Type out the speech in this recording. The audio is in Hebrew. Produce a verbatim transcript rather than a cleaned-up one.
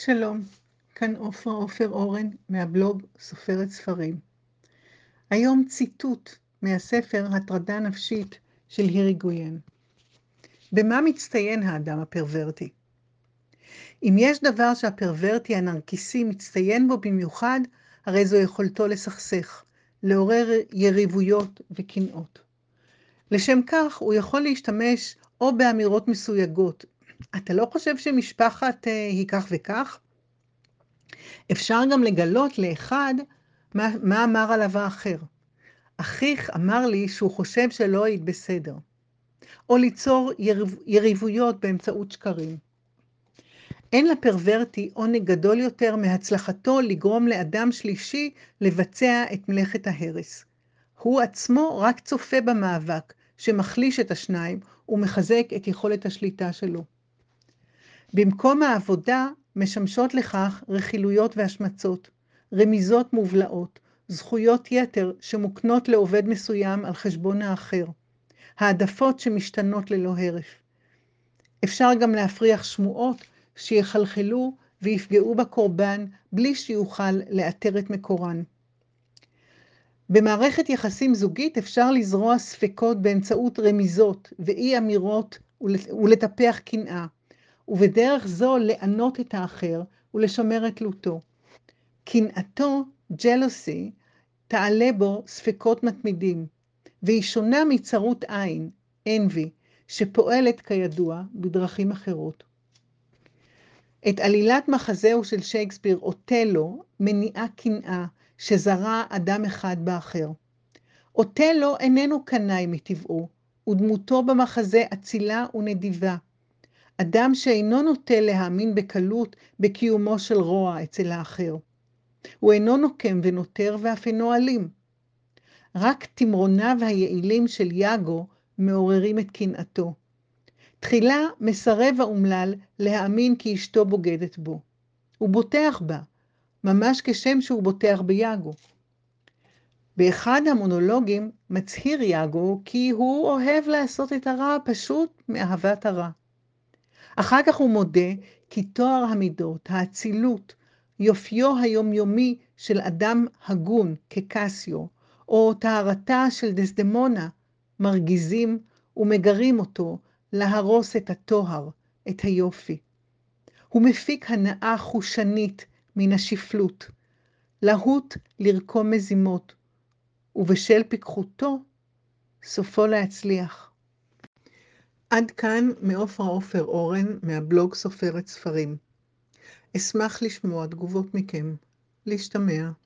שלום, כאן עופרה עופר אורן מהבלוג סופרת ספרים. היום ציטוט מהספר הטרדה נפשית של הירי גויין. במה מצטיין האדם הפרוורטי? אם יש דבר שהפרוורטי הנרקיסי מצטיין בו במיוחד, הרי זו יכולתו לסכסך, לעורר יריבויות וקנאות. לשם כך הוא יכול להשתמש או באמירות מסויגות. אתה לא חושב שמשפחת אה, היא כך וכך? אפשר גם לגלות לאחד מה, מה אמר עליו האחר. אחיך אמר לי שהוא חושב שלא היית בסדר. או ליצור יריב, יריבויות באמצעות שקרים. אין לפרוורטי עונג גדול יותר מהצלחתו לגרום לאדם שלישי לבצע את מלאכת ההרס. הוא עצמו רק צופה במאבק שמחליש את השניים ומחזק את יכולת השליטה שלו. במקום העבודה משמשות לכך רכילויות והשמצות, רמיזות מובלעות, זכויות יתר שמוקנות לעובד מסוים על חשבון האחר, העדפות שמשתנות ללא הרף. אפשר גם להפריח שמועות שיחלחלו ויפגעו בקורבן בלי שיוכל לאתר את מקורן. במערכת יחסים זוגית אפשר לזרוע ספקות באמצעות רמיזות ואי אמירות ולטפח קנאה. ובדרך זו לענות את האחר ולשמר את תלותו. קנאתו, jealousy, תעלה בו ספקות מתמידים, והיא שונה מצרות עין, envy, שפועלת כידוע בדרכים אחרות. את עלילת מחזהו של שייקספיר, אוטלו, מניעה קנאה שזרה אדם אחד באחר. אוטלו איננו קנאי מטבעו, ודמותו במחזה אצילה ונדיבה. אדם שאינו נוטה להאמין בקלות בקיומו של רוע אצל האחר. הוא אינו נוקם ונותר ואף אינו אלים. רק תמרוניו היעילים של יאגו מעוררים את קנאתו. תחילה מסרב האומלל להאמין כי אשתו בוגדת בו. הוא בוטח בה, ממש כשם שהוא בוטח ביאגו. באחד המונולוגים מצהיר יאגו כי הוא אוהב לעשות את הרע פשוט מאהבת הרע. אחר כך הוא מודה כי תואר המידות, האצילות, יופיו היומיומי של אדם הגון כקסיו, או טהרתה של דסדמונה, מרגיזים ומגרים אותו להרוס את התואר, את היופי. הוא מפיק הנאה חושנית מן השפלות, להוט לרקום מזימות, ובשל פיקחותו סופו להצליח. עד כאן מעופרה עופר אורן מהבלוג סופרת ספרים. אשמח לשמוע תגובות מכם. להשתמע.